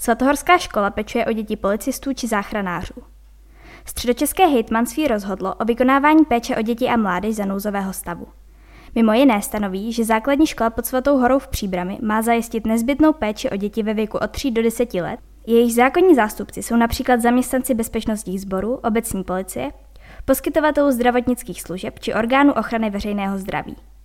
Svatohorská škola pečuje o děti policistů či záchranářů. Středočeské hejtmanství rozhodlo o vykonávání péče o děti a mládež za nouzového stavu. Mimo jiné stanoví, že základní škola pod Svatou Horou v Příbrami má zajistit nezbytnou péči o děti ve věku od 3 do 10 let. Jejich zákonní zástupci jsou například zaměstnanci bezpečnostních sborů, obecní policie, poskytovatelů zdravotnických služeb či orgánů ochrany veřejného zdraví.